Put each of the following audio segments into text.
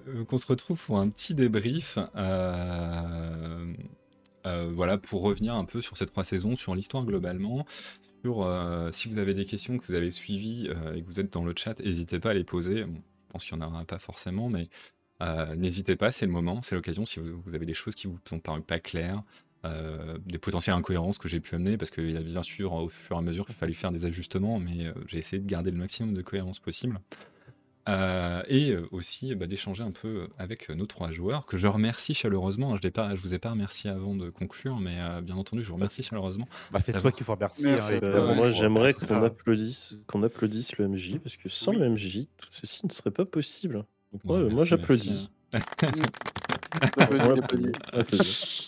qu'on se retrouve pour un petit débrief. Voilà, pour revenir un peu sur ces 3 saisons, sur l'histoire globalement. Sur, si vous avez des questions que vous avez suivies et que vous êtes dans le chat, n'hésitez pas à les poser. Bon, je pense qu'il n'y en aura pas forcément, mais n'hésitez pas, c'est le moment, c'est l'occasion. Si vous avez des choses qui vous sont parues pas claires, des potentielles incohérences que j'ai pu amener, parce qu'il y a bien sûr, au fur et à mesure, il fallait faire des ajustements, mais j'ai essayé de garder le maximum de cohérence possible. Et aussi d'échanger un peu avec nos 3 joueurs, que je remercie chaleureusement. Je vous ai pas remercié avant de conclure, mais bien entendu, je vous Bah, remercie chaleureusement c'est toi d'avoir. qu'il faut remercier, hein, Merci à toi, évidemment, ouais. Moi, pour j'aimerais tout ça, hein. qu'on applaudisse le MJ, parce que sans Oui. le MJ, tout ceci ne serait pas possible. Donc Ouais, moi merci, j'applaudis. J'applaudis, On j'applaudis. applaudit.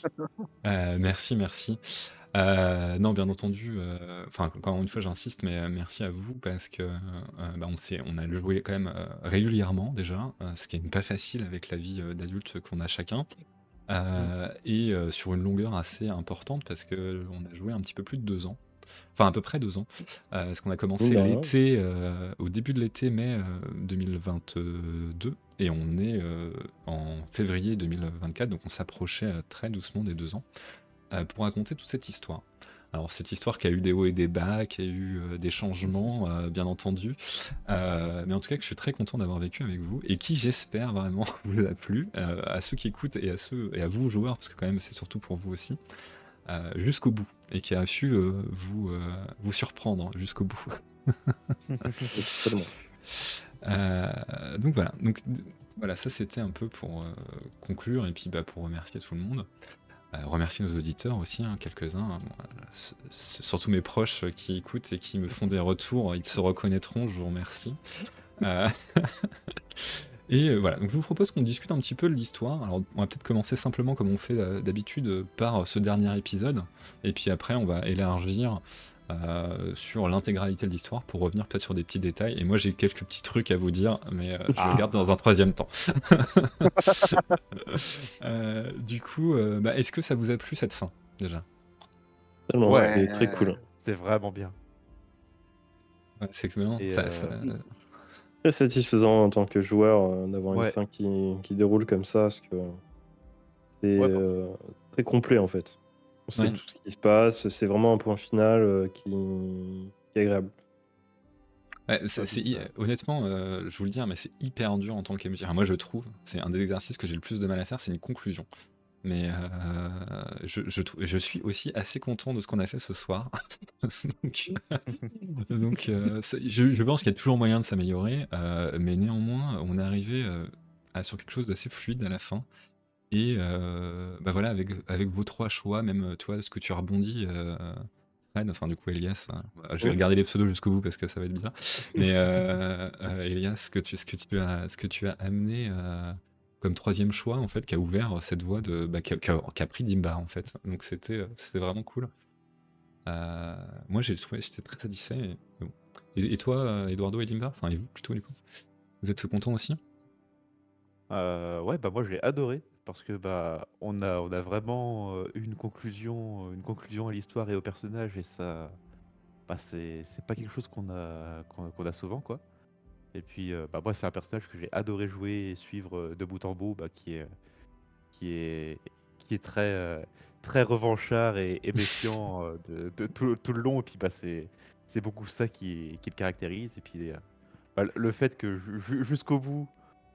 merci. Non, bien entendu, enfin, encore une fois, j'insiste, mais merci à vous parce que on a joué quand même régulièrement déjà, ce qui n'est pas facile avec la vie d'adulte qu'on a chacun. Et sur une longueur assez importante parce qu'on a joué un petit peu plus de 2 ans. Enfin, à peu près 2 ans. Parce qu'on a commencé Oula. l'été, au début de l'été, mai 2022, et on est en février 2024, donc on s'approchait très doucement des 2 ans, pour raconter toute cette histoire. Alors, cette histoire qui a eu des hauts et des bas, qui a eu des changements, bien entendu, mais en tout cas que je suis très content d'avoir vécu avec vous, et qui, j'espère vraiment, vous a plu, à ceux qui écoutent et à vous, joueurs, parce que quand même, c'est surtout pour vous aussi, jusqu'au bout, et qui a su vous surprendre jusqu'au bout. Totalement. Donc voilà, ça c'était un peu pour conclure, et puis pour remercier tout le monde. Remercier nos auditeurs aussi, hein, quelques-uns, hein, surtout mes proches qui écoutent et qui me font des retours, ils se reconnaîtront, je vous remercie. Euh, Et voilà, donc je vous propose qu'on discute un petit peu de l'histoire. Alors on va peut-être commencer simplement comme on fait d'habitude par ce dernier épisode, et puis après on va élargir sur l'intégralité de l'histoire pour revenir peut-être sur des petits détails. Et moi j'ai quelques petits trucs à vous dire, mais je le garde dans un troisième temps. Du coup, est-ce que ça vous a plu cette fin déjà? Totalement, Ouais. c'était très cool. C'est vraiment bien. Ouais, c'est excellent. Et, Très satisfaisant en tant que joueur d'avoir une Ouais. fin qui déroule comme ça, parce que c'est Ouais, parce très complet en fait. On sait Ouais. tout ce qui se passe, c'est vraiment un point final qui est agréable. Ouais, ça. honnêtement, je vous le dis, hein, mais c'est hyper dur en tant qu'MJ. Enfin, moi, je trouve, c'est un des exercices que j'ai le plus de mal à faire, c'est une conclusion. Mais je suis aussi assez content de ce qu'on a fait ce soir. Donc, je pense qu'il y a toujours moyen de s'améliorer, mais néanmoins, on est arrivé sur quelque chose d'assez fluide à la fin. Et voilà, avec vos 3 choix, même, tu vois, ce que tu as rebondi, Fred, enfin du coup Elias, je vais Oui. regarder les pseudos jusqu'au bout parce que ça va être bizarre. Mais Elias, ce que tu as amené comme 3e choix, en fait, qui a ouvert cette voie qui a pris Dimba, en fait. Donc c'était vraiment cool. Moi j'étais très satisfait. Mais bon. Et toi, Eduardo et Dimba, enfin et vous plutôt du coup, vous êtes contents aussi? Ouais, moi je l'ai adoré parce que on a vraiment eu une conclusion à l'histoire et au personnage, et ça, c'est pas quelque chose qu'on a souvent, quoi. Et puis moi c'est un personnage que j'ai adoré jouer et suivre de bout en bout, qui est qui est très revanchard et méfiant de tout le long. Et puis c'est beaucoup ça qui le caractérise. Et puis le fait que jusqu'au bout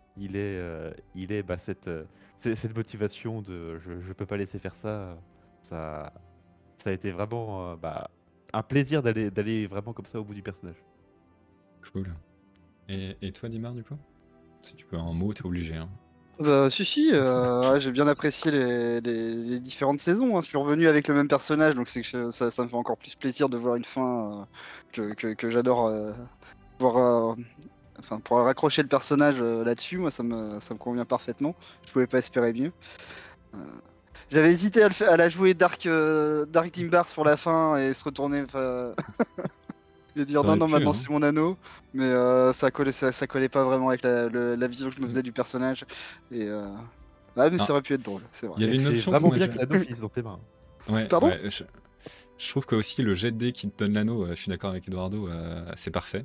il est cette motivation de je peux pas laisser faire ça. Ça, ça a été vraiment un plaisir d'aller vraiment comme ça au bout du personnage. Cool. Et toi, Dimar, du coup? Si tu peux un mot, t'es obligé, hein. Si, ouais, j'ai bien apprécié les différentes saisons, hein. Je suis revenu avec le même personnage, donc c'est que ça me fait encore plus plaisir de voir une fin que j'adore voir. Enfin, pour raccrocher le personnage là-dessus, moi ça me convient parfaitement. Je pouvais pas espérer mieux. Euh, J'avais hésité à la jouer Dark Dimbar sur la fin et se retourner et dire non, T'aurais non, pu, maintenant hein. c'est mon anneau, mais ça collait pas vraiment avec la vision que je me faisais du personnage. Et mais Ah, ça aurait pu être drôle, c'est vrai. il y avait Et une c'est option que vraiment moi bien j'ai. que l'anneau finisse dans tes mains. Ouais, Pardon? je trouve que aussi le jet de dés qui te donne l'anneau, je suis d'accord avec Eduardo, c'est parfait.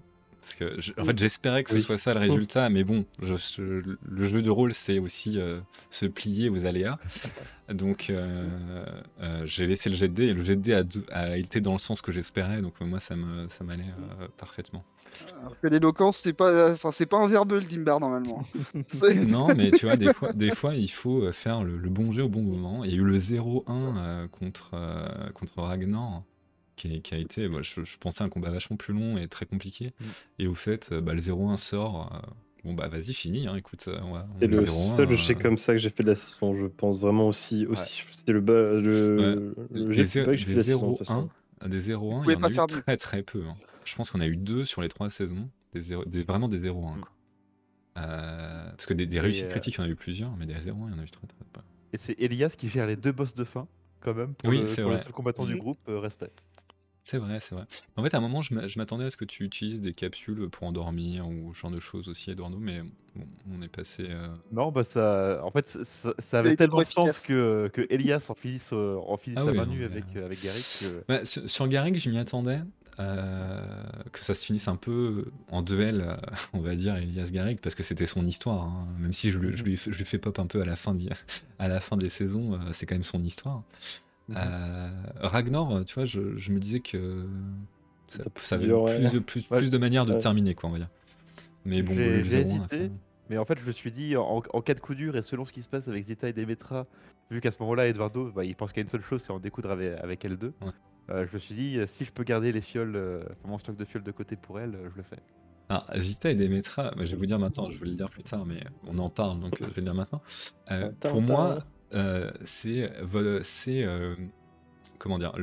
Parce que, en fait, j'espérais que ce Oui. soit ça le résultat, mais bon, le jeu de rôle, c'est aussi se plier aux aléas. Donc, j'ai laissé le jet de dés, et le jet de dés a été dans le sens que j'espérais, donc moi, ça m'allait parfaitement. Alors que l'éloquence, c'est pas un verbeux, le Dimbar, normalement. Non, mais tu vois, des fois, il faut faire le bon jet au bon moment. Il y a eu le 0-1 contre Ragnar, qui a été, je pensais un combat vachement plus long et très compliqué. Et au fait, le 0-1 sort. Bon, bah vas-y, fini, hein, écoute, on C'est met le 0-1. seul jet comme ça que j'ai fait de la saison, je pense vraiment aussi. C'est le jet le plus bas que j'ai fait de la saison, de toute façon. Des 0-1, il y pouvez en pas a eu faire mieux. très très peu. Hein. Je pense qu'on a eu 2 sur les 3 saisons, vraiment des 0-1. Quoi. Parce que des réussites critiques, il y en a eu plusieurs, mais des 0-1, il y en a eu très très peu. Et c'est Elias qui gère les 2 boss de fin, quand même, pour Oui, le c'est pour le vrai. seul combattant du groupe, respect. C'est vrai, c'est vrai. En fait, à un moment, je m'attendais à ce que tu utilises des capsules pour endormir ou ce genre de choses aussi, Eduardo, mais bon, on est passé. Non, bah ça en fait, ça Il a avait été tellement trop de sens efficace. que Elias en finisse Ah sa oui, main non, nue mais, avec Garrick que sur Garrick, je m'y attendais. Que ça se finisse un peu en duel, on va dire, Elias Garrick, parce que c'était son histoire. Hein. Même si je lui fais pop un peu à la fin des saisons, c'est quand même son histoire. Ragnar, tu vois, je me disais que ça avait plus de manières de Ouais. terminer, quoi, on va dire. Mais bon, le j'ai 0-1 à la hésité, fin. mais en fait, je me suis dit en cas de coup dur et selon ce qui se passe avec Zeta et Demetra, vu qu'à ce moment-là, Eduardo, il pense qu'il y a une seule chose, c'est en découdre avec elles deux. Ouais. Je me suis dit, si je peux garder les fioles, mon stock de fioles de côté pour elles, je le fais. Alors, Zita et Demetra, je vais vous dire maintenant, je vais le dire plus tard, mais on en parle, donc je vais le dire maintenant. Pour moi, c'est comment dire,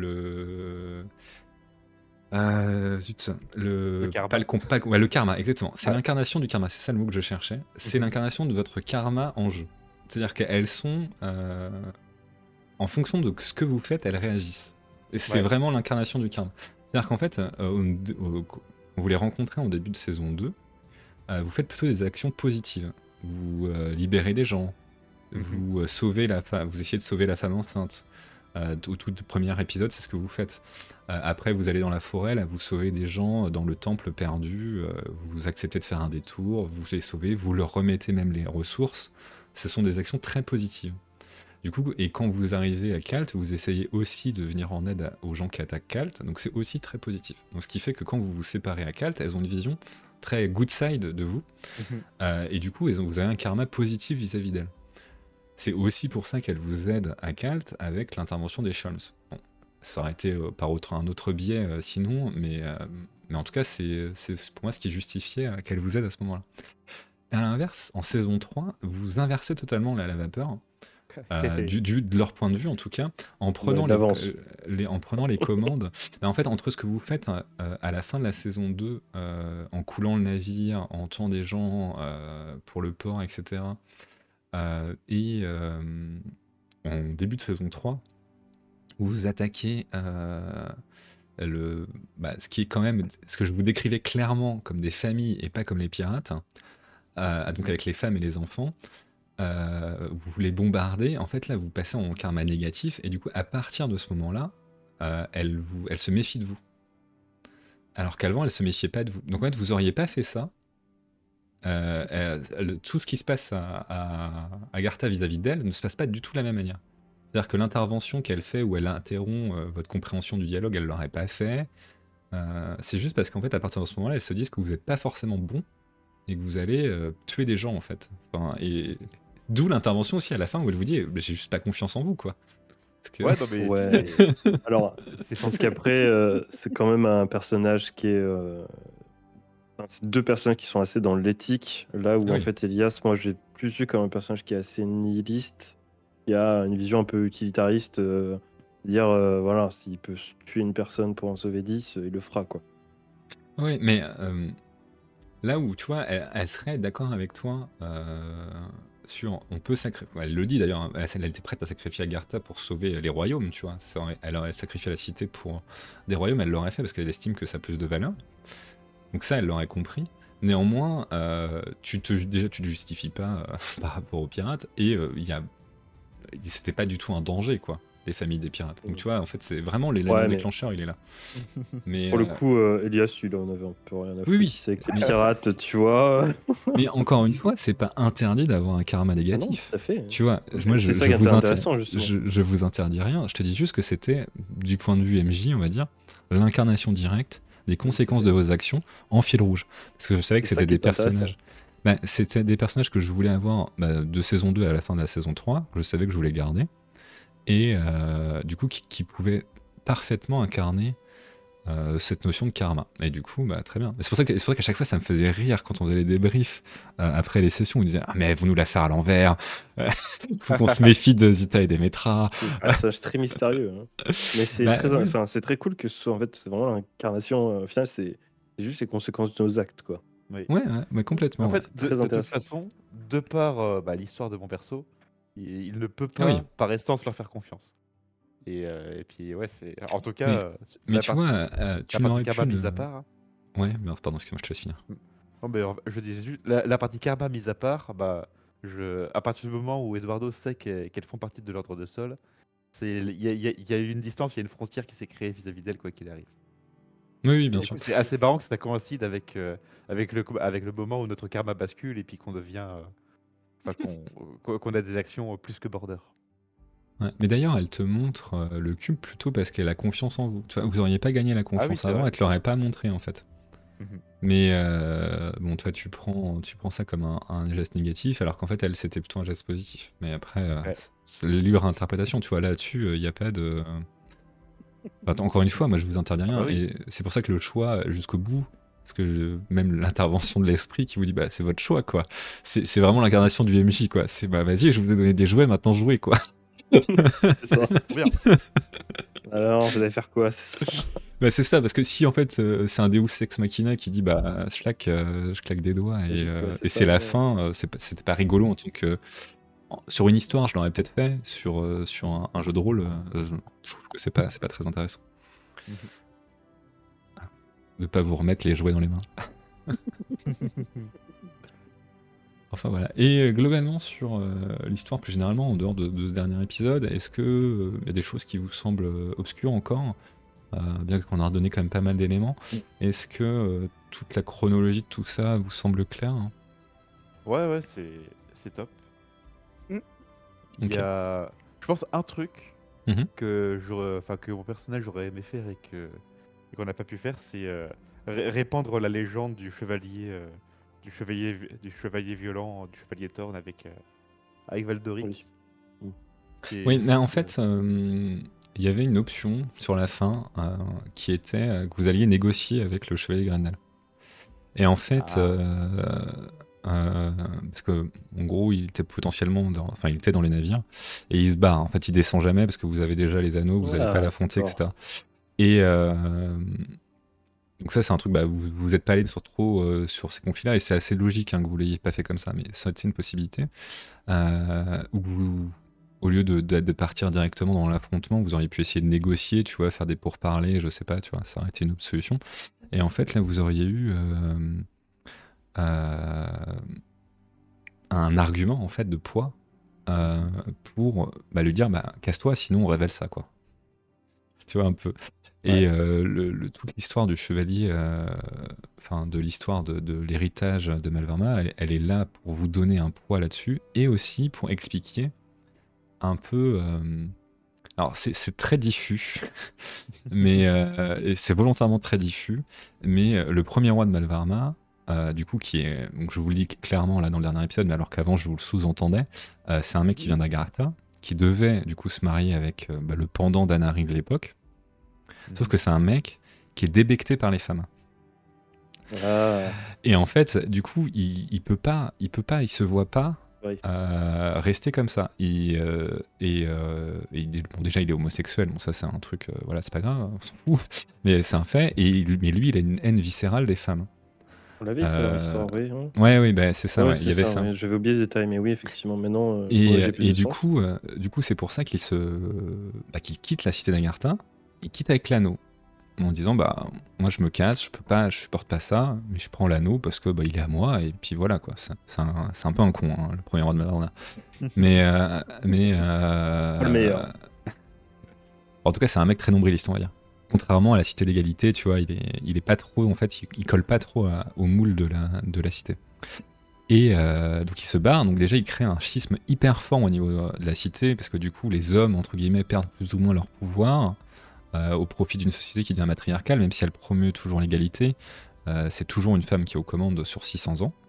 zut, Le karma. le karma, exactement. C'est l'incarnation du karma, c'est ça le mot que je cherchais. C'est l'incarnation de votre karma en jeu. C'est-à-dire qu'elles sont, en fonction de ce que vous faites, elles réagissent. Et c'est vraiment l'incarnation du karma. C'est-à-dire qu'en fait, vous les rencontrez en début de saison 2, vous faites plutôt des actions positives. Vous libérez des gens, vous vous essayez de sauver la femme enceinte. Au tout premier épisode, c'est ce que vous faites. Après, vous allez dans la forêt, là, vous sauvez des gens dans le temple perdu, vous acceptez de faire un détour, vous les sauvez, vous leur remettez même les ressources. Ce sont des actions très positives. Du coup, et quand vous arrivez à Kalt, vous essayez aussi de venir en aide aux gens qui attaquent Kalt, donc c'est aussi très positif. Donc ce qui fait que quand vous vous séparez à Kalt, elles ont une vision très good side de vous, et du coup, vous avez un karma positif vis-à-vis d'elles. C'est aussi pour ça qu'elles vous aident à Kalt avec l'intervention des Sholms. Bon, ça aurait été par un autre biais sinon, mais en tout cas, c'est pour moi ce qui justifiait qu'elles vous aident à ce moment-là. Et à l'inverse, en saison 3, vous inversez totalement la vapeur. De leur point de vue en tout cas, en prenant les commandes. En fait, entre ce que vous faites à la fin de la saison 2, en coulant le navire, en tuant des gens pour le port, etc., et en début de saison 3, vous attaquez ce qui est quand même ce que je vous décrivais clairement comme des familles et pas comme les pirates, donc avec les femmes et les enfants. Vous les bombardez, en fait là vous passez en karma négatif et du coup à partir de ce moment-là, elle se méfie de vous. Alors qu'avant elle se méfiait pas de vous. Donc en fait vous auriez pas fait ça. Tout ce qui se passe à Agartha vis-à-vis d'elle ne se passe pas du tout de la même manière. C'est-à-dire que l'intervention qu'elle fait où elle interrompt votre compréhension du dialogue, elle l'aurait pas fait. C'est juste parce qu'en fait à partir de ce moment-là, elles se disent que vous n'êtes pas forcément bon et que vous allez tuer des gens en fait. Et d'où l'intervention aussi à la fin où elle vous dit j'ai juste pas confiance en vous quoi. Ouais, non, mais Ouais. Alors, c'est parce censé. qu'après, c'est quand même un personnage qui est. C'est deux personnages qui sont assez dans l'éthique, là où Ah en oui. fait Elias, moi j'ai plus vu comme un personnage qui est assez nihiliste, qui a une vision un peu utilitariste, dire voilà, s'il peut tuer une personne pour en sauver 10, il le fera quoi. Oui, mais là où tu vois, elle serait d'accord avec toi sur on peut sacrifier. Elle le dit d'ailleurs, elle était prête à sacrifier Agartha pour sauver les royaumes, tu vois. Elle aurait sacrifié la cité pour des royaumes, elle l'aurait fait parce qu'elle estime que ça a plus de valeur. Donc ça, elle l'aurait compris. Néanmoins, déjà, tu ne justifies pas par rapport aux pirates, et c'était pas du tout un danger, quoi. les familles des pirates. Donc tu vois, en fait, c'est vraiment l'élément Ouais, mais déclencheur, il est là. Mais, pour le coup, Elias, il en avait un peu rien à oui, foutre. oui. C'est avec les Mais, pirates, tu vois. mais encore une fois, c'est pas interdit d'avoir un karma Ah non, négatif. tout à fait. Tu vois, Mhm. moi, C'est ça qui est intéressant, justement. je vous interdis rien. Je te dis juste que c'était, du point de vue MJ, on va dire, l'incarnation directe des conséquences de vos actions en fil rouge. Parce que je savais que C'est ça c'était qui des est intéressant. personnages. Bah, c'était des personnages que je voulais avoir de saison 2 à la fin de la saison 3, que je savais que je voulais garder. Et du coup, qui pouvaient parfaitement incarner cette notion de karma. Et du coup, bah, très bien. C'est pour ça qu'à chaque fois, ça me faisait rire quand on faisait les débriefs après les sessions. On disait ah mais vous nous la faire à l'envers. Faut qu'on se méfie de Zita et Demetra. C'est un personnage très mystérieux. Hein. Mais c'est Bah, très, ouais. enfin, c'est très cool que ce soit en fait, c'est vraiment l'incarnation. Au final, c'est juste les conséquences de nos actes, quoi. Oui. Ouais, mais complètement. En Ouais. fait, Très de toute intéressant. façon, de par l'histoire de mon perso, il ne peut Ah pas, oui. par essence, leur faire confiance. Et puis, ouais, c'est. En tout Mais, cas, mais tu vois, tu la n'aurais partie pu karma mise à part. Hein. Ouais, mais pardon, excuse-moi, je te laisse finir. Non, mais je disais juste, la partie karma mise à part, bah, à partir du moment où Eduardo sait qu'elles font partie de l'ordre de Sol, il y a une distance, il y a une frontière qui s'est créée vis-à-vis d'elle, quoi qu'il arrive. Oui, Et bien du sûr. coup, c'est assez marrant que ça coïncide avec le moment où notre karma bascule et puis qu'on devient. Enfin, qu'on a des actions plus que border. Ouais. Mais d'ailleurs, elle te montre le cube plutôt parce qu'elle a confiance en vous. Tu vois, vous auriez pas gagné la Ah oui, confiance c'est avant, vrai. elle te l'aurait pas montré en fait. Mhm. Mais bon, toi, tu prends ça comme un geste négatif, alors qu'en fait, elle, c'était plutôt un geste positif. Mais après, Ouais. c'est la libre interprétation, tu vois, là-dessus, il n'y a pas de... Enfin, encore une fois, moi, je vous interdis rien, bah oui. et c'est pour ça que le choix, jusqu'au bout, parce que même l'intervention de l'esprit qui vous dit, bah, c'est votre choix, quoi. C'est vraiment l'incarnation du MJ, quoi. C'est, bah, vas-y, je vous ai donné des jouets, maintenant jouez, quoi. C'est ça. C'est trop bien. Alors, vous allez faire quoi? C'est ça. Bah, c'est ça, parce que si en fait c'est un Deus Ex Machina qui dit bah je claque des doigts Magique, quoi, et ça, c'est la ouais. fin, c'était pas rigolo en tant que. Sur une histoire, je l'aurais peut-être fait, sur un jeu de rôle, je trouve que c'est pas très intéressant. Mhm. De pas vous remettre les jouets dans les mains. Enfin voilà. Et globalement sur l'histoire plus généralement, en dehors de ce dernier épisode, est-ce que y a des choses qui vous semblent obscures encore? Bien qu'on a redonné quand même pas mal d'éléments. Est-ce que toute la chronologie de tout ça vous semble claire? Hein? Ouais, c'est top. Mm. Il Ok. y a, je pense, un truc Mhm. que mon personnage aurait aimé faire et qu'on n'a pas pu faire, c'est répandre la légende du chevalier, du chevalier violent, du chevalier Thorn avec Valdoric. Oui. Oui, mais en fait, il y avait une option sur la fin qui était que vous alliez négocier avec le chevalier Grendel. Et en fait, parce que en gros, il était potentiellement, il était dans les navires et il se barre. En fait, il descend jamais parce que vous avez déjà les anneaux, vous n'allez pas l'affronter, etc. Et donc ça, c'est un truc, vous n'êtes pas allé trop sur ces conflits-là, et c'est assez logique hein, que vous l'ayez pas fait comme ça, mais ça c'est une possibilité. Où vous, au lieu de partir directement dans l'affrontement, vous auriez pu essayer de négocier, tu vois, faire des pourparlers, je sais pas, tu vois, ça aurait été une autre solution. Et en fait, là, vous auriez eu un argument en fait de poids pour lui dire, casse-toi, sinon on révèle ça, quoi. Tu vois un peu. Et toute l'histoire du chevalier, de l'histoire de l'héritage de Malvarma, elle est là pour vous donner un poids là-dessus et aussi pour expliquer un peu. Alors c'est très diffus, mais et c'est volontairement très diffus. Mais le premier roi de Malvarma, du coup, qui est, donc je vous le dis clairement là dans le dernier épisode, mais alors qu'avant je vous le sous-entendais, c'est un mec qui vient d'Agartha, qui devait du coup se marier avec le pendant d'Anari de l'époque. Sauf que c'est un mec qui est débecté par les femmes. Et en fait, du coup, il peut pas, il se voit pas rester comme ça. Bon, déjà, il est homosexuel. Bon, ça, c'est un truc, voilà, c'est pas grave, on s'en fout. Mais c'est un fait. Mais lui, il a une haine viscérale des femmes. On l'avait ça dans l'histoire, oui. Hein. Oui, c'est ça. Il y avait ça. Ouais. J'avais oublié ce détail, mais oui, effectivement. Maintenant, et du coup, c'est pour ça qu'il qu'il quitte la cité d'Agartha. Il quitte avec l'anneau. En disant moi je me casse, je supporte pas ça, mais je prends l'anneau parce que il est à moi et puis voilà quoi. C'est un peu un con hein, le premier roi de Malvarna. mais pas le meilleur. En tout cas, c'est un mec très nombriliste, on va dire. Contrairement à la Cité d'égalité, tu vois, il est pas trop, en fait, il colle pas trop au moule de la cité. Et donc il se barre, donc déjà il crée un schisme hyper fort au niveau de la cité, parce que du coup les hommes, entre guillemets, perdent plus ou moins leur pouvoir au profit d'une société qui devient matriarcale, même si elle promeut toujours l'égalité. C'est toujours une femme qui est aux commandes sur 600 ans.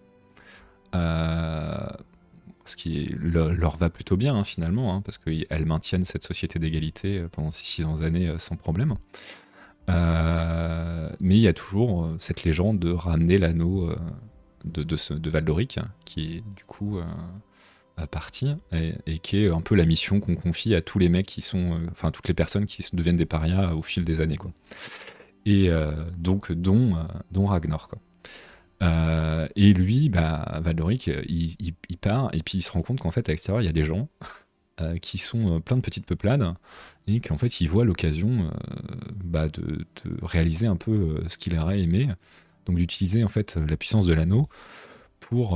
Ce qui leur va plutôt bien finalement, parce qu'elles maintiennent cette société d'égalité pendant ces 600 années sans problème. Mais il y a toujours cette légende de ramener l'anneau de Valdoric, qui est du coup parti, et qui est un peu la mission qu'on confie à tous les mecs qui sont, enfin toutes les personnes qui deviennent des parias au fil des années, quoi. Et donc dont Ragnar, quoi. Et lui, Valdoric, il part, et puis il se rend compte qu'en fait, à l'extérieur, il y a des gens qui sont plein de petites peuplades, et qu'en fait, il voit l'occasion de réaliser un peu ce qu'il aurait aimé, donc d'utiliser en fait la puissance de l'anneau pour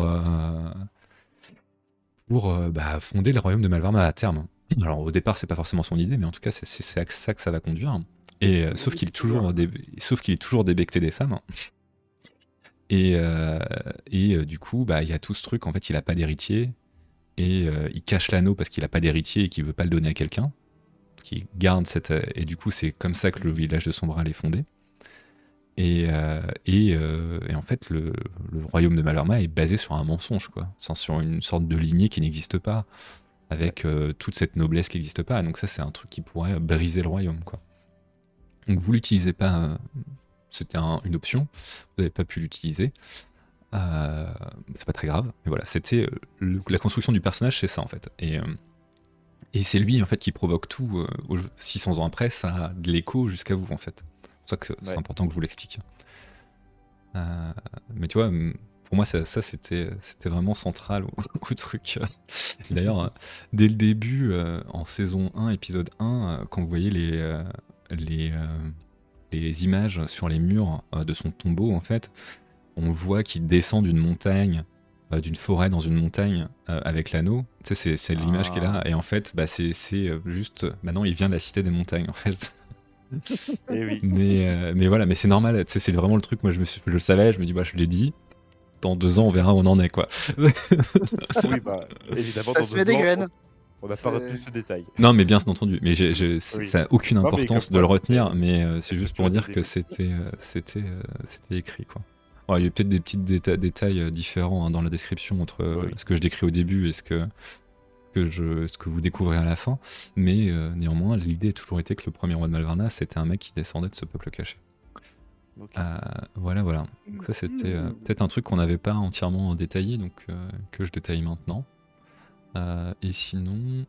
fonder le royaume de Malvarma à terme. Alors au départ, c'est pas forcément son idée, mais en tout cas, c'est à ça que ça va conduire. Et sauf qu'il est toujours débecté des femmes. Et du coup, il y a tout ce truc, en fait, il a pas d'héritier, et il cache l'anneau parce qu'il a pas d'héritier et qu'il veut pas le donner à quelqu'un. Qui garde cette... Et du coup, c'est comme ça que le village de Sombral est fondé. Et en fait, le royaume de Malvarma est basé sur un mensonge, quoi. Sur une sorte de lignée qui n'existe pas, avec toute cette noblesse qui n'existe pas. Donc ça, c'est un truc qui pourrait briser le royaume, quoi. Donc vous l'utilisez pas, c'était une option, vous n'avez pas pu l'utiliser. C'est pas très grave, mais voilà, c'était la construction du personnage, c'est ça en fait. Et c'est lui en fait qui provoque tout. 600 ans après, ça a de l'écho jusqu'à vous en fait. C'est pour ça que c'est important que je vous l'explique. Mais tu vois, pour moi, ça c'était vraiment central au truc. D'ailleurs, dès le début, en saison 1, épisode 1, quand vous voyez les images sur les murs de son tombeau, en fait, on voit qu'il descend d'une montagne, d'une forêt dans une montagne avec l'anneau. Tu sais, c'est l'image qui est là. Et en fait, c'est juste... Maintenant, il vient de la cité des montagnes, en fait. Et oui. Mais voilà, mais c'est normal. Tu sais, c'est vraiment le truc. Moi, je le savais. Je me dis, je l'ai dit. Dans 2 ans, on verra où on en est, quoi. Oui, évidemment, Ça dans se met 2 des ans, graines. on n'a pas retenu ce détail. Non, mais bien entendu. Mais Oui. ça n'a aucune Non, mais importance comme de le quoi, retenir. c'était- Mais c'est c'était juste pour structuré dire dès le que c'était écrit, quoi. Ouais, il y a peut-être des petits détails différents dans la description entre Oui. ce que je décris au début et ce que vous découvrez à la fin. Mais néanmoins, l'idée a toujours été que le premier roi de Malvarna, c'était un mec qui descendait de ce peuple caché. Ok. Voilà. Donc ça, c'était peut-être un truc qu'on n'avait pas entièrement détaillé, donc que je détaille maintenant. Et sinon,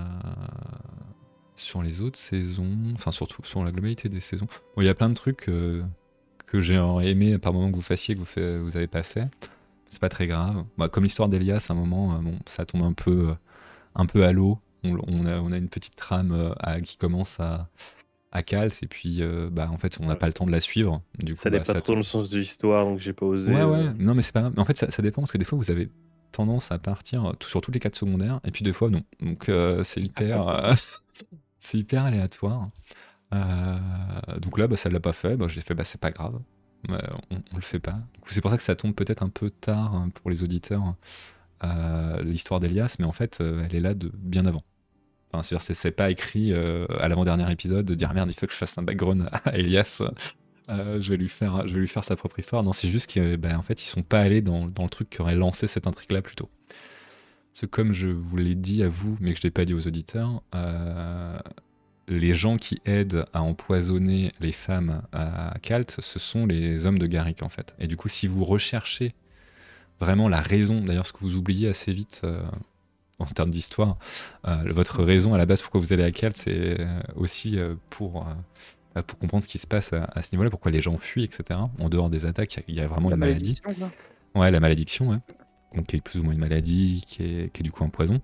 sur les autres saisons, enfin surtout sur la globalité des saisons, il y a plein de trucs que j'ai aimé par moment que vous fassiez, que vous avez pas fait. C'est pas très grave. Comme l'histoire d'Elias, à un moment, ça tombe un peu à l'eau. On a une petite trame qui commence à Cals, et puis en fait on n'a pas le temps de la suivre. Du Ça coup, n'est pas trop dans le sens de l'histoire, donc j'ai pas osé. Ouais, non mais c'est pas grave. Mais en fait ça dépend, parce que des fois vous avez tendance à partir sur toutes les quêtes secondaires, et puis des fois non. Donc c'est c'est hyper aléatoire. Donc là ça l'a pas fait, j'ai fait c'est pas grave. On le fait pas. Donc, c'est pour ça que ça tombe peut-être un peu tard pour les auditeurs, l'histoire d'Elias, mais en fait elle est là de bien avant. Enfin, c'est pas écrit à l'avant-dernier épisode de dire merde, il faut que je fasse un background à Elias. Je vais lui faire sa propre histoire. Non, c'est juste qu'en fait, ils sont pas allés dans le truc qui aurait lancé cette intrigue-là plus tôt. C'est comme je vous l'ai dit à vous, mais que je l'ai pas dit aux auditeurs, les gens qui aident à empoisonner les femmes à Kalt, ce sont les hommes de Garrick, en fait. Et du coup, si vous recherchez vraiment la raison, d'ailleurs, ce que vous oubliez assez vite en termes d'histoire, votre raison à la base pourquoi vous allez à Kalt, c'est aussi pour comprendre ce qui se passe à ce niveau-là, pourquoi les gens fuient, etc. En dehors des attaques, il y a vraiment La une maladie. malédiction, quoi. Ouais, la malédiction, ouais. Donc, qui est plus ou moins une maladie, qui est du coup un poison.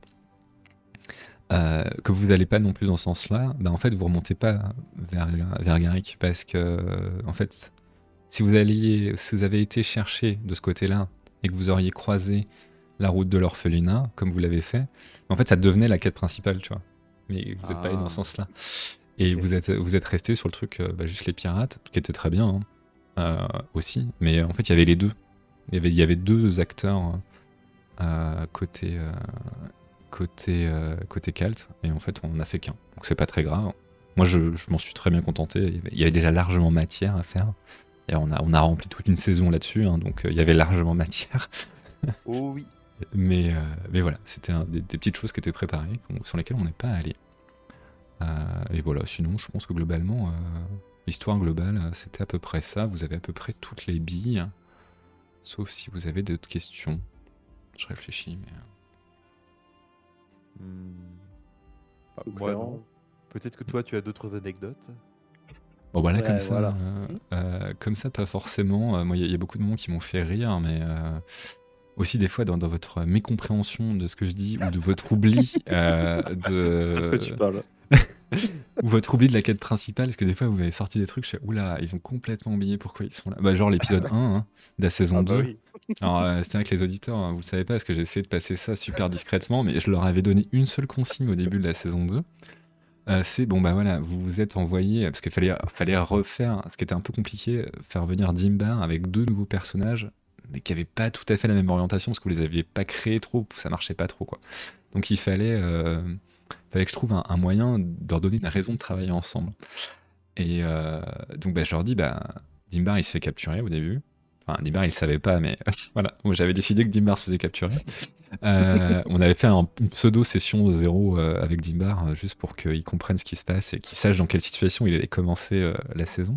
Que vous n'allez pas non plus dans ce sens-là, en fait, vous remontez pas vers Garrick, parce que, en fait, si vous avez été chercher de ce côté-là, et que vous auriez croisé la route de l'orphelinat, comme vous l'avez fait, en fait, ça devenait la quête principale, tu vois. Mais vous n'êtes pas allé dans ce sens-là. Et Ok. vous êtes resté sur le truc, juste les pirates, qui était très bien aussi. Mais en fait, il y avait les deux. Il y avait deux acteurs côté Calt, et en fait, on n'a fait qu'un. Donc c'est pas très grave. Moi, je m'en suis très bien contenté. Il y avait déjà largement matière à faire. Et on a rempli toute une saison là-dessus, hein, donc il y avait largement matière. Oh oui. Mais voilà, c'était des petites choses qui étaient préparées, sur lesquelles on n'est pas allé. Et voilà, sinon, je pense que globalement, l'histoire globale, c'était à peu près ça. Vous avez à peu près toutes les billes, sauf si vous avez d'autres questions. Je réfléchis, mais... Hmm. Bah, Tout moi clair. non. Peut-être que toi tu as d'autres anecdotes. Bon, voilà, Ouais, comme ça, voilà. comme ça, pas forcément. Moi, il y a beaucoup de moments qui m'ont fait rire, mais aussi des fois dans votre mécompréhension de ce que je dis, ou de votre oubli De quoi tu parles? ou votre oubli de la quête principale, parce que des fois vous avez sorti des trucs, je fais oula, ils ont complètement oublié pourquoi ils sont là. Bah, genre l'épisode 1 hein, de la saison Ah bah 2. oui. Alors c'est vrai que les auditeurs, hein, vous le savez pas, parce que j'ai essayé de passer ça super discrètement, mais je leur avais donné une seule consigne au début de la saison 2. C'est bon, bah voilà, vous vous êtes envoyé, parce qu'il fallait refaire, ce qui était un peu compliqué, faire venir Dimbar avec deux nouveaux personnages, mais qui n'avaient pas tout à fait la même orientation, parce que vous les aviez pas créés trop, ça marchait pas trop, quoi. Donc il fallait que je trouve un moyen de leur donner une raison de travailler ensemble. Et donc bah, je leur dis, bah, Dimbar il se fait capturer au début. Enfin, Dimbar il savait pas, mais voilà, moi j'avais décidé que Dimbar se faisait capturer. On avait fait une pseudo-session 0 avec Dimbar, juste pour qu'il comprenne ce qui se passe et qu'il sache dans quelle situation il allait commencer la saison.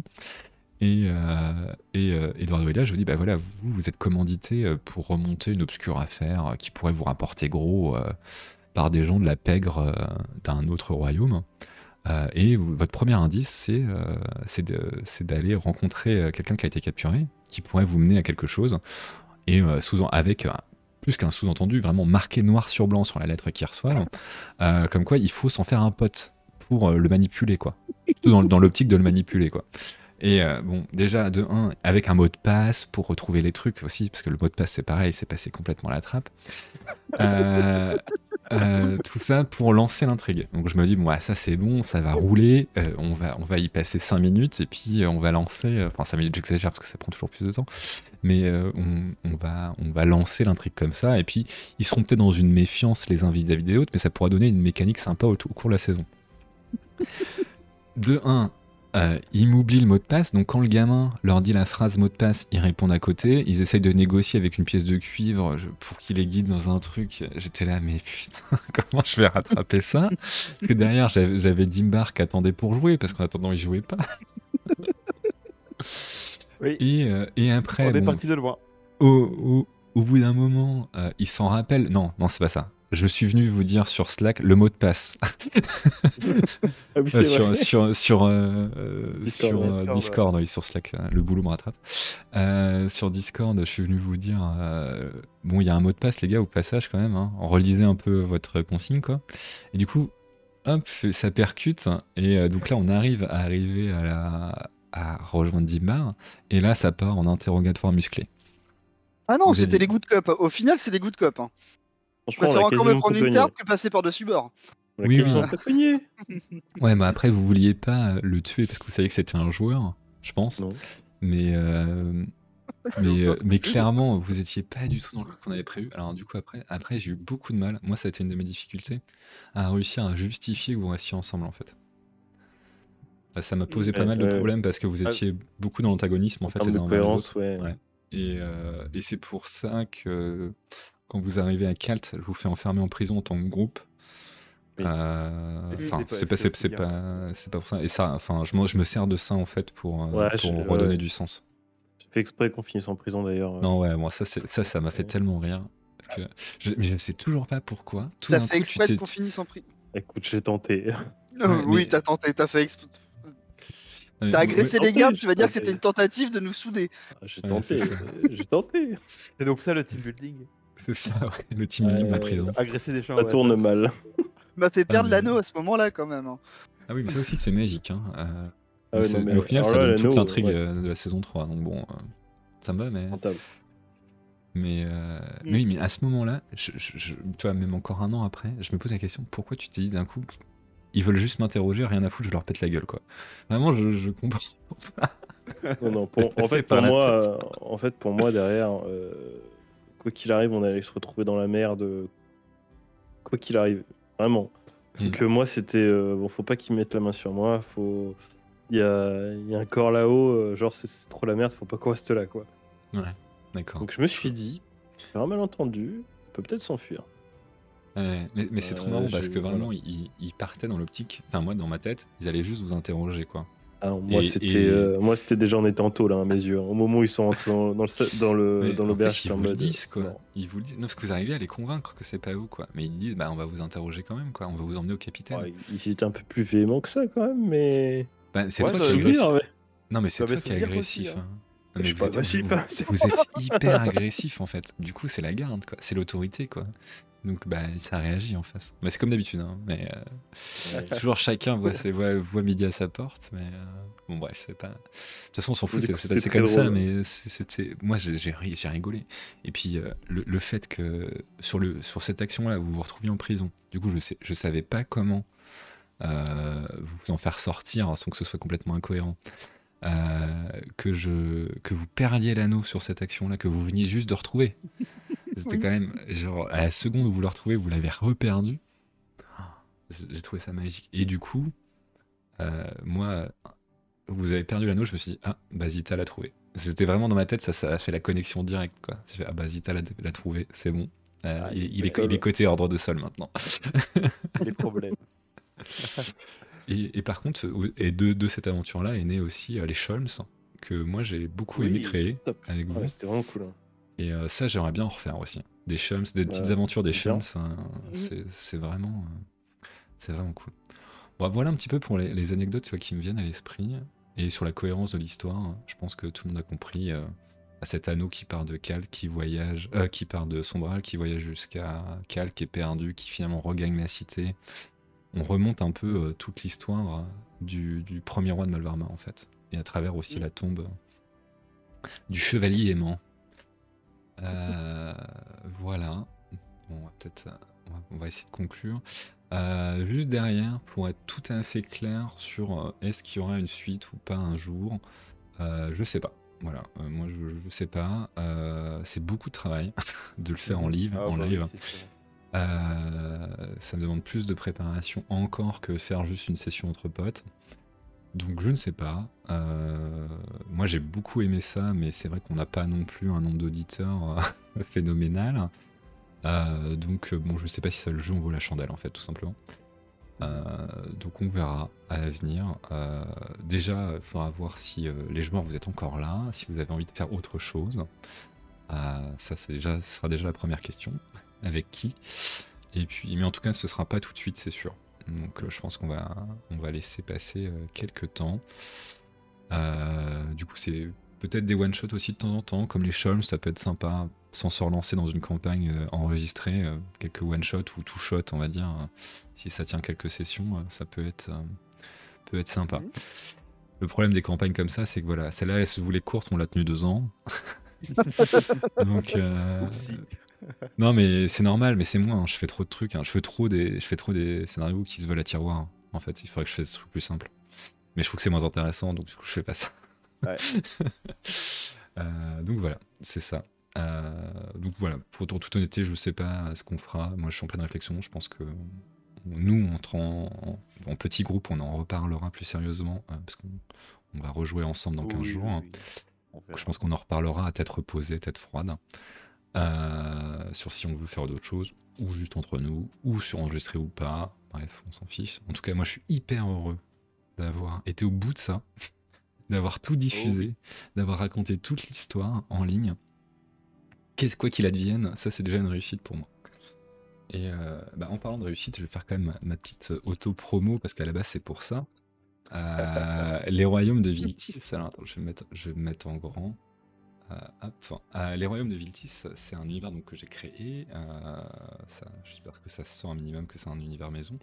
Et Eduardo est là, je vous dis, bah voilà, vous êtes commandité pour remonter une obscure affaire qui pourrait vous rapporter gros par des gens de la pègre d'un autre royaume. Et votre premier indice, c'est d'aller rencontrer quelqu'un qui a été capturé, qui pourrait vous mener à quelque chose, et avec plus qu'un sous-entendu, vraiment marqué noir sur blanc sur la lettre qu'ils reçoivent, comme quoi il faut s'en faire un pote pour le manipuler, quoi. Plutôt dans l'optique de le manipuler, quoi. Et bon, déjà, de 1, avec un mot de passe pour retrouver les trucs aussi, parce que le mot de passe, c'est pareil, c'est passé complètement à la trappe. Euh, tout ça pour lancer l'intrigue. Donc je me dis, bon, ouais, ça c'est bon, ça va rouler, on va y passer 5 minutes, et puis on va lancer, enfin 5 minutes j'exagère parce que ça prend toujours plus de temps, mais on va lancer l'intrigue comme ça, et puis ils seront peut-être dans une méfiance les uns vis-à-vis des autres, mais ça pourra donner une mécanique sympa au cours de la saison. De 1, ils m'oublient le mot de passe, donc quand le gamin leur dit la phrase mot de passe, ils répondent à côté, ils essayent de négocier avec une pièce de cuivre pour qu'ils les guident dans un truc. J'étais là, mais putain, comment je vais rattraper ça? Parce que derrière, j'avais Dimbar qui attendait pour jouer, parce qu'en attendant, il jouait pas. Oui. Et après, On est bon, parti de loin. au bout d'un moment, ils s'en rappellent. Non, c'est pas ça. Je suis venu vous dire sur Slack le mot de passe. Ah oui, c'est vrai. Sur Discord, Discord, oui, sur Slack, le boulot me rattrape. Sur Discord, je suis venu vous dire bon, il y a un mot de passe, les gars, au passage, quand même. Hein. Relisez un peu votre consigne, quoi. Et du coup, hop, ça percute. Et donc là, on arrive à rejoindre Dimbar. Et là, ça part en interrogatoire musclé. Ah non, Donc j'ai c'était dit, les good cop. Au final, c'est des good cop. Hein. Je Franchement, on préfère l'a encore me quasiment pas prendre une cogné. tarte que passer par-dessus bord. On l'a Oui, quasiment oui. pas cogné. Ouais, bah après, vous vouliez pas le tuer parce que vous saviez que c'était un joueur, je pense. Non. Mais clairement, vous étiez pas du tout dans le truc qu'on avait prévu. Alors du coup, après j'ai eu beaucoup de mal. Moi, ça a été une de mes difficultés à réussir à justifier que vous restiez ensemble, en fait. Ça m'a posé pas mal de Ouais. problèmes parce que vous étiez beaucoup dans l'antagonisme, en En fait, termes les de uns envers les cohérence, autres. ouais. Ouais. Et c'est pour ça que quand vous arrivez à Calt, je vous fais enfermer en prison en tant que groupe. Oui. Enfin, c'est C'était aussi bien. pas pour ça. Et ça, enfin, je me sers de ça en fait pour redonner du sens. J'ai fait exprès qu'on finisse en prison d'ailleurs. Non, ouais, moi ça m'a fait tellement rire que mais je sais toujours pas pourquoi. Tout T'as d'un fait coup, tu exprès t'es. qu'on finisse en prix. Écoute, j'ai tenté. Ouais, Oui, mais- t'as tenté, t'as fait exprès. ouais, T'as agressé ouais. les gardes, J'ai tu vas dire que tenté. c'était une tentative de nous souder. J'ai Ouais, tenté. c'est ça. J'ai tenté. C'est donc ça le team building. C'est ça, ouais, le team building en prison. Agresser des gens. Ça ouais, tourne mal. Tu m'as fait perdre mais- l'anneau à ce moment-là quand même. Hein. Ah oui, mais ça aussi c'est magique. Hein. Ah Mais, ouais, non, mais au final, alors ça là, donne toute l'anneau, l'intrigue ouais, de la saison 3. Donc bon, ça me va, mais. rentable. Mais oui, mais à ce moment-là, tu vois, même encore un an après, je me pose la question, pourquoi tu t'es dit d'un coup, ils veulent juste m'interroger, rien à foutre, je leur pète la gueule, quoi. Vraiment, je comprends pas. Non, C'est passé par la tête. en fait, pour moi, derrière, quoi qu'il arrive, on allait se retrouver dans la merde, quoi qu'il arrive, vraiment. Mm. Donc moi, c'était, bon, faut pas qu'ils mettent la main sur moi, il y a un corps là-haut, genre c'est trop la merde, faut pas qu'on reste là, quoi. Ouais, d'accord. Donc je me suis dit, sur un malentendu, on peut peut-être s'enfuir. Ouais, mais c'est trop marrant parce que Voilà. vraiment, ils partaient dans l'optique, enfin moi dans ma tête, ils allaient juste vous interroger, quoi. Alors, moi, Et, c'était déjà en étant tôt, là, à mes yeux. Au moment où ils sont rentrés mais dans en l'auberge, plus, ils j'étais en vous le mode. disent, C'est quoi. mort. Ils vous le disent. Non, parce que vous arrivez à les convaincre que c'est pas vous, quoi. Mais ils disent, bah on va vous interroger quand même, quoi. On va vous emmener au capitaine. Ouais, ils étaient un peu plus véhéments que ça, quand même, mais. Bah, c'est Ouais, toi ça qui es veut agressif. Sourire, mais. Non, mais c'est Ça veut toi qui es se dire aussi, agressif. hein. Hein. Je Mais suis pas agressif, hein, c'est vous êtes hyper agressif, en fait. Du coup, c'est la garde, quoi. C'est l'autorité, quoi. Donc, bah, ça réagit en face. Mais c'est comme d'habitude, hein. Mais Ouais. toujours chacun voit midi à sa porte. Mais bon, bref, c'est pas. De toute façon, on s'en fout, Du c'est coup, c'est c'est passé très comme ça. drôle. Mais c'était. Moi, j'ai rigolé. Et puis, le fait que sur cette action-là, vous vous retrouviez en prison. Du coup, je savais pas comment vous en faire sortir sans que ce soit complètement incohérent. Que vous perdiez l'anneau sur cette action-là, que vous veniez juste de retrouver. C'était Oui. quand même, genre, à la seconde où vous le retrouvez, vous l'avez reperdu. J'ai trouvé ça magique. Et du coup, moi, vous avez perdu l'anneau, je me suis dit, ah, bah Zita l'a trouvé. C'était vraiment dans ma tête, ça a fait la connexion directe, quoi. J'ai fait, ah bah Zita l'a trouvé, c'est bon. Ah, Il est côté ordre de sol maintenant. les problèmes. Et par contre, et de cette aventure-là est né aussi les Sholms, que moi j'ai beaucoup aimé Oui, créer top. avec vous. Ouais, c'était vraiment cool. Hein. Et ça, j'aimerais bien en refaire aussi. Des Sholms, des petites Ouais, aventures des bien. Sholms, c'est vraiment cool. Bon, voilà un petit peu pour les anecdotes tu vois, qui me viennent à l'esprit. Et sur la cohérence de l'histoire, je pense que tout le monde a compris. À cet anneau qui part de Cal, qui part de Sombral, qui voyage jusqu'à Cal, qui est perdu, qui finalement regagne la cité. On remonte un peu toute l'histoire du premier roi de Malvarma en fait. Et à travers aussi la tombe du chevalier aimant. Voilà. Bon, on va peut-être, on va essayer de conclure. Juste derrière, pour être tout à fait clair sur est-ce qu'il y aura une suite ou pas un jour, je sais pas. Voilà, moi je sais pas. C'est beaucoup de travail de le faire en live. Ah, bah live. oui, c'est sûr. Ça me demande plus de préparation encore que faire juste une session entre potes. Donc je ne sais pas. Moi j'ai beaucoup aimé ça, mais c'est vrai qu'on n'a pas non plus un nombre d'auditeurs phénoménal. Donc bon, je sais pas si ça le jeu en vaut la chandelle en fait, tout simplement. Donc on verra à l'avenir. Déjà, il faudra voir si les joueurs vous êtes encore là, si vous avez envie de faire autre chose. Ça ce sera déjà la première question. Avec qui? Et puis, mais en tout cas, ce sera pas tout de suite, c'est sûr. Donc je pense qu'on va laisser passer quelques temps. Du coup, c'est peut-être des one-shots aussi de temps en temps, comme les Sholms, ça peut être sympa, sans se relancer dans une campagne enregistrée, quelques one-shots ou two-shots, on va dire. Si ça tient quelques sessions, ça peut être sympa. Mhm. Le problème des campagnes comme ça, c'est que voilà, celle-là, elle se voulait courte, on l'a tenue 2 ans. Donc, Oupsie. non, mais c'est normal, mais c'est moi, hein, je fais trop de trucs. Hein. Je fais trop des scénarios qui se veulent à tiroir. Hein. En fait, il faudrait que je fasse des trucs plus simples. Mais je trouve que c'est moins intéressant, donc du coup, je fais pas ça. Ouais. Donc voilà, c'est ça. Donc voilà, pour toute honnêteté, je sais pas ce qu'on fera. Moi, je suis en pleine réflexion. Je pense que nous, en petit groupe, on en reparlera plus sérieusement parce qu'on va rejouer ensemble dans 15 Oui, jours. oui, Hein. oui. On Donc, verra. je pense qu'on en reparlera à tête reposée, tête froide. Sur si on veut faire d'autres choses, ou juste entre nous, ou sur enregistrer ou pas. Bref, on s'en fiche. En tout cas, moi, je suis hyper heureux d'avoir été au bout de ça, d'avoir tout diffusé, d'avoir raconté toute l'histoire en ligne. Quoi qu'il advienne, ça, c'est déjà une réussite pour moi. Et en parlant de réussite, je vais faire quand même ma petite auto-promo, parce qu'à la base, c'est pour ça. Les royaumes de Viltis. Alors, attends, je vais me mettre en grand. Les royaumes de Viltis, c'est un univers donc, que j'ai créé. J'espère que ça se sent un minimum que c'est un univers maison.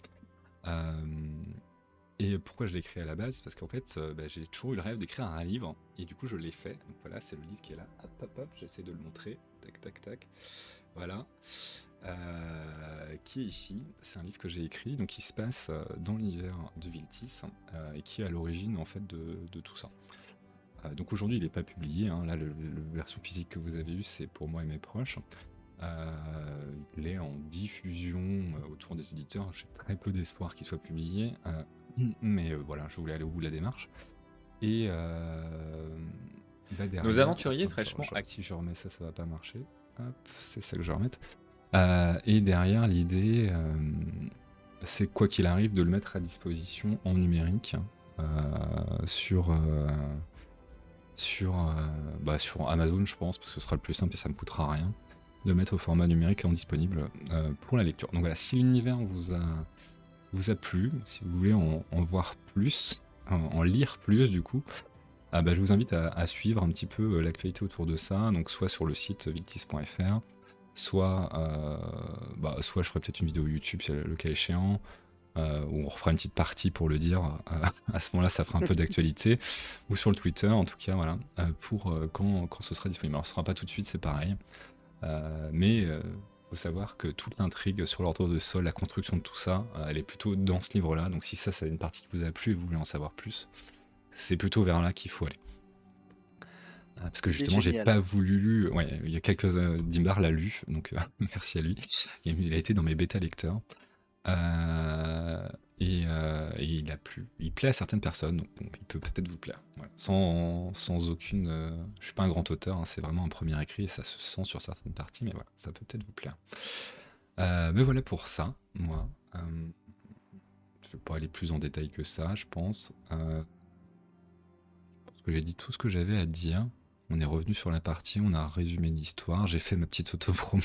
Et pourquoi je l'ai créé à la base? Parce qu'en fait, j'ai toujours eu le rêve d'écrire un livre, et du coup je l'ai fait. Donc voilà, c'est le livre qui est là. Hop, hop, hop, j'essaie de le montrer. Tac, tac, tac. Voilà. qui est ici. C'est un livre que j'ai écrit, donc qui se passe dans l'univers de Viltis et qui est à l'origine en fait de tout ça. Donc aujourd'hui, il n'est pas publié, hein. Là, la version physique que vous avez eue, c'est pour moi et mes proches. Il est en diffusion autour des éditeurs. J'ai très peu d'espoir qu'il soit publié, mais voilà, je voulais aller au bout de la démarche. Et derrière, Nos aventuriers hop, fraîchement si je remets ça, ça va pas marcher. Hop, c'est ça que je vais remettre. Et derrière, l'idée, c'est quoi qu'il arrive de le mettre à disposition en numérique sur Amazon, je pense, parce que ce sera le plus simple et ça ne me coûtera rien, de le mettre au format numérique en disponible pour la lecture. Donc voilà, si l'univers vous a plu, si vous voulez en voir plus, en lire plus du coup, je vous invite à suivre un petit peu l'actualité autour de ça, donc soit sur le site viltis.fr, soit je ferai peut-être une vidéo YouTube, le cas échéant, où on refera une petite partie pour le dire, à ce moment-là ça fera un peu d'actualité, ou sur le Twitter en tout cas, voilà, pour quand ce sera disponible. Alors ce sera pas tout de suite, c'est pareil, mais faut savoir que toute l'intrigue sur l'ordre de sol, la construction de tout ça, elle est plutôt dans ce livre-là, donc si ça c'est une partie qui vous a plu et vous voulez en savoir plus, c'est plutôt vers là qu'il faut aller. Parce que justement, j'ai génial. pas voulu. Ouais, il y a quelques. Dimbar l'a lu, donc merci à lui. Il a été dans mes bêta lecteurs. Et il a plu. Il plaît à certaines personnes, donc bon, il peut peut-être vous plaire. Voilà. Sans aucune. Je suis pas un grand auteur, hein, c'est vraiment un premier écrit et ça se sent sur certaines parties, mais voilà, ça peut peut-être vous plaire. Mais voilà pour ça, moi. Je vais pas aller plus en détail que ça, je pense. Parce que j'ai dit tout ce que j'avais à dire. On est revenu sur la partie, on a résumé l'histoire, j'ai fait ma petite auto-promo.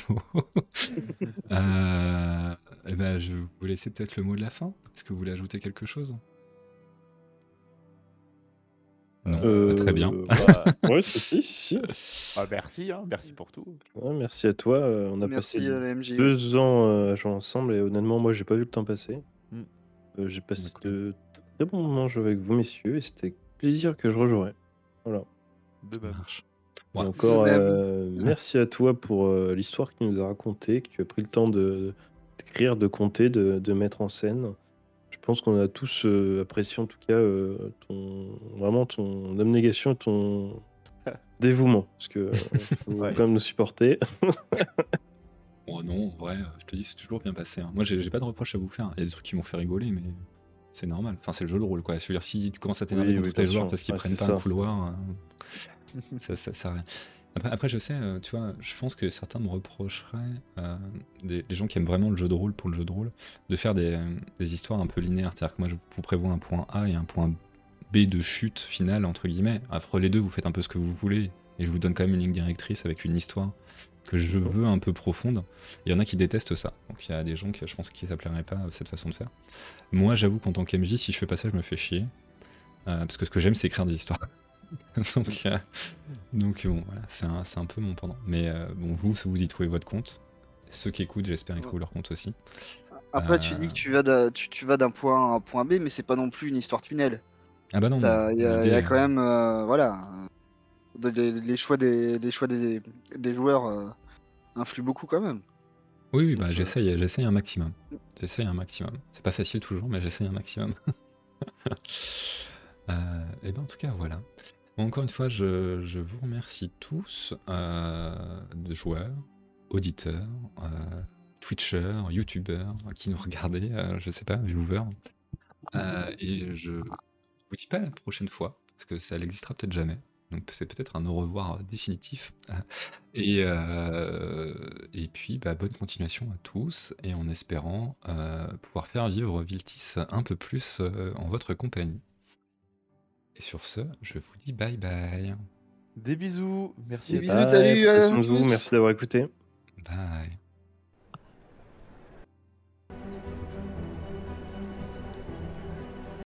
Je vais vous laisser peut-être le mot de la fin. Est-ce que vous voulez ajouter quelque chose? Non, très bien. Ouais, si. Merci, hein, merci pour tout. Ouais, merci à toi. On a Merci passé à la MJO. 2 ans à jouer ensemble et honnêtement, moi, j'ai pas vu le temps passer. Mm. J'ai passé D'accord. de très bons moments à jouer avec vous, messieurs, et c'était avec plaisir que je rejouerai. Voilà. De Ça même. marche. Et Ouais. encore, De même. merci à toi pour l'histoire que tu nous as racontée, que tu as pris le temps d'écrire, de conter, de mettre en scène. Je pense qu'on a tous apprécié en tout cas vraiment ton abnégation et ton dévouement, parce que faut Ouais. quand même nous supporter. Oh non, en vrai, je te dis, c'est toujours bien passé, hein. Moi, j'ai pas de reproches à vous faire. Il y a des trucs qui m'ont fait rigoler, mais c'est normal. Enfin, c'est le jeu de rôle, quoi. Je veux dire, si tu commences à t'énerver Oui, contre oui, tes bien joueurs sûr. parce qu'ils Ouais, prennent c'est pas un ça, couloir, ça sert à rien. Après, je sais, tu vois, je pense que certains me reprocheraient, des gens qui aiment vraiment le jeu de rôle pour le jeu de rôle, de faire des histoires un peu linéaires. C'est-à-dire que moi, je vous prévois un point A et un point B de chute finale, entre guillemets. Entre les deux, vous faites un peu ce que vous voulez, et je vous donne quand même une ligne directrice avec une histoire que je veux un peu profonde. Il y en a qui détestent ça. Donc il y a des gens qui, je pense, qui s'appelleraient pas à cette façon de faire. Moi, j'avoue qu'en tant qu'MJ, si je fais pas ça, je me fais chier. Parce que ce que j'aime, c'est écrire des histoires. donc bon, voilà, c'est un peu mon pendant. Mais bon, vous y trouvez votre compte. Ceux qui écoutent, j'espère y trouvent leur compte aussi. Après, tu dis que tu vas d'un point A à un point B, mais c'est pas non plus une histoire tunnel. Ah bah non, non. Il y L'idée, a quand même, voilà, les choix des joueurs influent beaucoup quand même. Oui, Donc, j'essaye un maximum. J'essaye un maximum. C'est pas facile toujours, mais j'essaye un maximum. Et ben en tout cas, voilà. Bon, encore une fois, je vous remercie tous, de joueurs, auditeurs, twitchers, youtubeurs, qui nous regardaient, je sais pas, viewers. Et je vous dis pas la prochaine fois, parce que ça n'existera peut-être jamais. Donc c'est peut-être un au revoir définitif. Et puis bonne continuation à tous, et en espérant pouvoir faire vivre Viltis un peu plus en votre compagnie. Et sur ce, je vous dis bye bye. Des bisous. Merci Des à bisous, tous. salut Prenez à soin de vous, tous. merci d'avoir écouté. Bye.